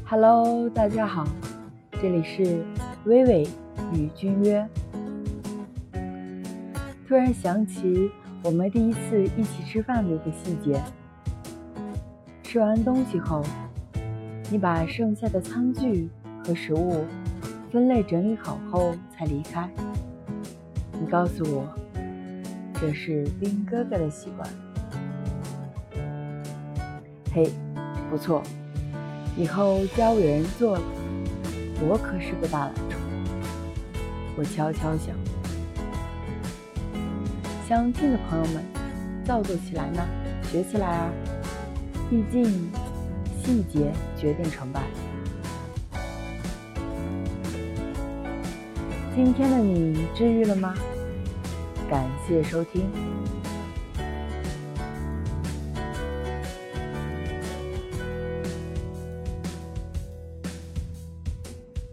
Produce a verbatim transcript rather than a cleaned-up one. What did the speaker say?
Hello， 大家好，这里是微微与君约。突然想起我们第一次一起吃饭的一个细节。吃完东西后，你把剩下的餐具和食物分类整理好后才离开。你告诉我，这是兵哥哥的习惯。嘿，不错，以后家务有人做了，我可是个大懒虫。我悄悄想，相亲的朋友们，照做起来呢，学起来啊！毕竟细节决定成败。今天的你治愈了吗？感谢收听。